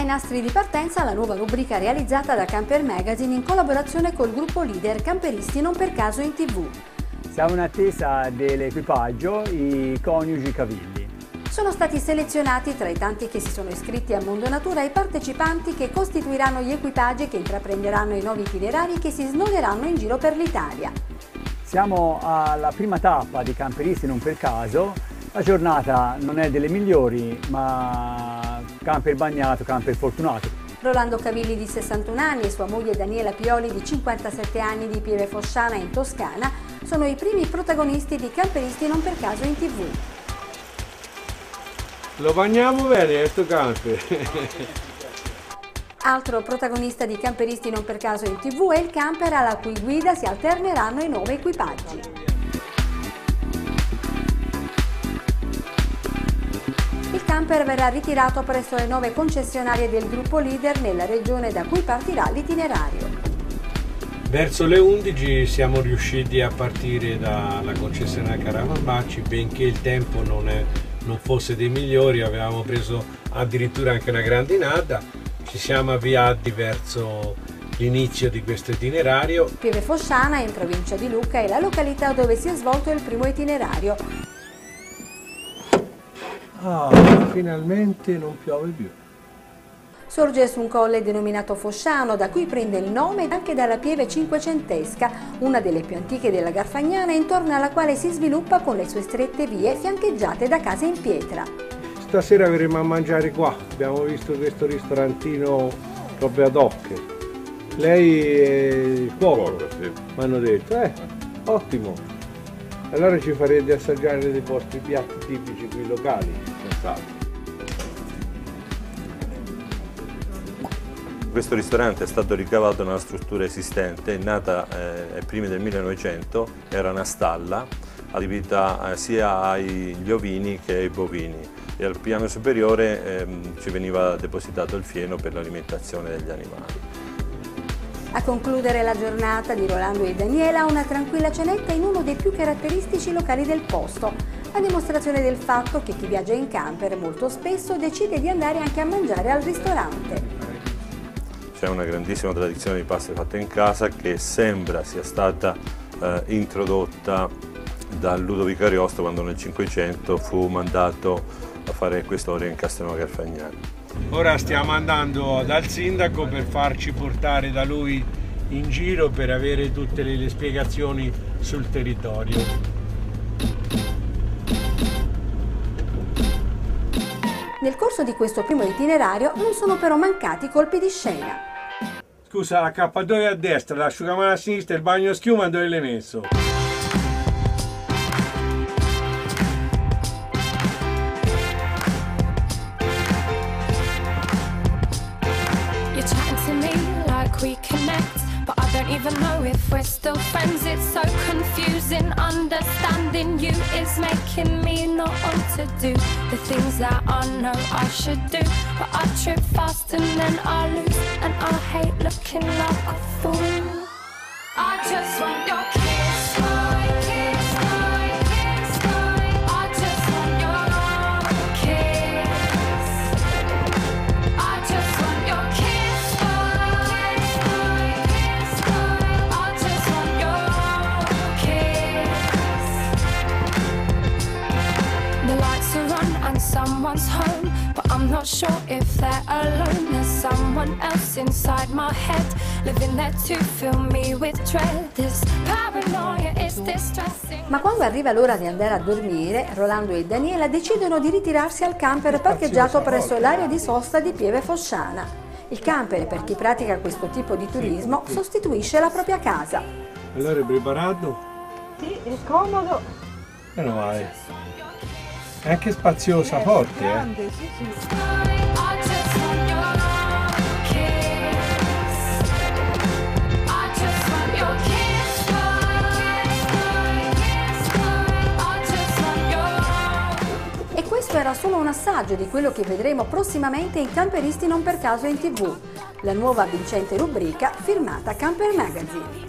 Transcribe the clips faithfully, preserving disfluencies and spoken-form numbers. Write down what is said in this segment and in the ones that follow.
nastri di partenza la nuova rubrica realizzata da Camper Magazine in collaborazione col gruppo leader Camperisti Non Per Caso in tivù. Siamo in attesa dell'equipaggio, i coniugi Cavilli. Sono stati selezionati tra i tanti che si sono iscritti a Mondo Natura i partecipanti che costituiranno gli equipaggi che intraprenderanno i nuovi itinerari che si snoderanno in giro per l'Italia. Siamo alla prima tappa di Camperisti Non Per Caso. La giornata non è delle migliori, ma camper bagnato, camper fortunato. Rolando Cavilli di sessantuno anni e sua moglie Daniela Pioli di cinquantasette anni di Pieve Fosciana in Toscana sono i primi protagonisti di Camperisti Non Per Caso in tivù. Lo bagniamo bene questo camper. Altro protagonista di Camperisti Non Per Caso in tivù è il camper alla cui guida si alterneranno i nuovi equipaggi. Il camper verrà ritirato presso le nuove concessionarie del gruppo leader nella regione da cui partirà l'itinerario. Verso le undici siamo riusciti a partire dalla concessionaria Caravambacci, benché il tempo non, è, non fosse dei migliori, avevamo preso addirittura anche una grandinata, ci siamo avviati verso l'inizio di questo itinerario. Pieve Fosciana, in provincia di Lucca, è la località dove si è svolto il primo itinerario. Ah, finalmente non piove più. Sorge su un colle denominato Fosciano, da cui prende il nome anche dalla Pieve Cinquecentesca, una delle più antiche della Garfagnana, intorno alla quale si sviluppa con le sue strette vie fiancheggiate da case in pietra. Stasera verremo a mangiare qua, abbiamo visto questo ristorantino proprio ad hoc. Lei è il cuoco, mi hanno detto, eh, ottimo. Allora ci farete assaggiare dei vostri piatti tipici qui locali. Questo ristorante è stato ricavato da una struttura esistente, è nata eh, ai primi del millenovecento, era una stalla adibita eh, sia agli ovini che ai bovini e al piano superiore ehm, ci veniva depositato il fieno per l'alimentazione degli animali. A concludere la giornata di Rolando e Daniela una tranquilla cenetta in uno dei più caratteristici locali del posto, a dimostrazione del fatto che chi viaggia in camper molto spesso decide di andare anche a mangiare al ristorante. C'è una grandissima tradizione di paste fatte in casa che sembra sia stata eh, introdotta da Ludovico Ariosto quando nel Cinquecento fu mandato a fare quest'ora in Castelnuovo Garfagnana. Ora stiamo andando dal sindaco per farci portare da lui in giro per avere tutte le, le spiegazioni sul territorio. Nel corso di questo primo itinerario non sono però mancati colpi di scena. Scusa, l'accappatoio a destra, l'asciugamano a sinistra e il bagno schiuma dove l'hai messo? We connect, but I don't even know if we're still friends. It's so confusing. Understanding you is making me not want to do the things that I know I should do. But I trip fast and then I lose, and I hate looking like a fool. I just want your kiss, my kiss, my kiss, my. I just want your kiss. I just want your kiss. Someone's home, but I'm not sure if they're alone. There's someone else inside my head, living there to fill me with dread. This paranoia is distressing. Ma quando arriva l'ora di andare a dormire, Rolando e Daniela decidono di ritirarsi al camper parcheggiato presso l'area di sosta di Pieve Fosciana. Il camper, per chi pratica questo tipo di turismo, sostituisce la propria casa. Allora è preparato? Sì, è comodo. Meno male. È anche spaziosa, forte, grande, eh? Sì, sì. E questo era solo un assaggio di quello che vedremo prossimamente in Camperisti Non Per Caso in tivù, la nuova vincente rubrica firmata Camper Magazine.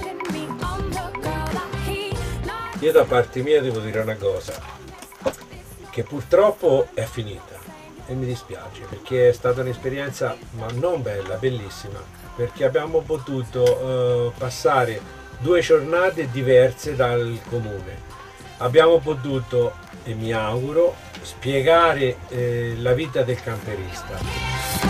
Io da parte mia devo dire una cosa, che purtroppo è finita, e mi dispiace perché è stata un'esperienza ma non bella, bellissima, perché abbiamo potuto eh, passare due giornate diverse dal comune. Abbiamo potuto, e mi auguro, spiegare eh, la vita del camperista.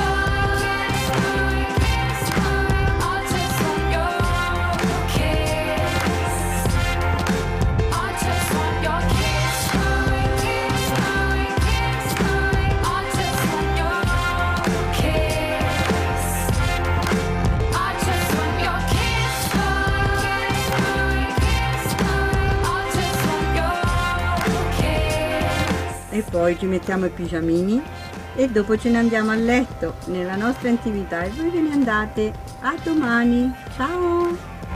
E poi ci mettiamo i pigiamini e dopo ce ne andiamo a letto nella nostra intimità e voi ve ne andate. A domani, ciao!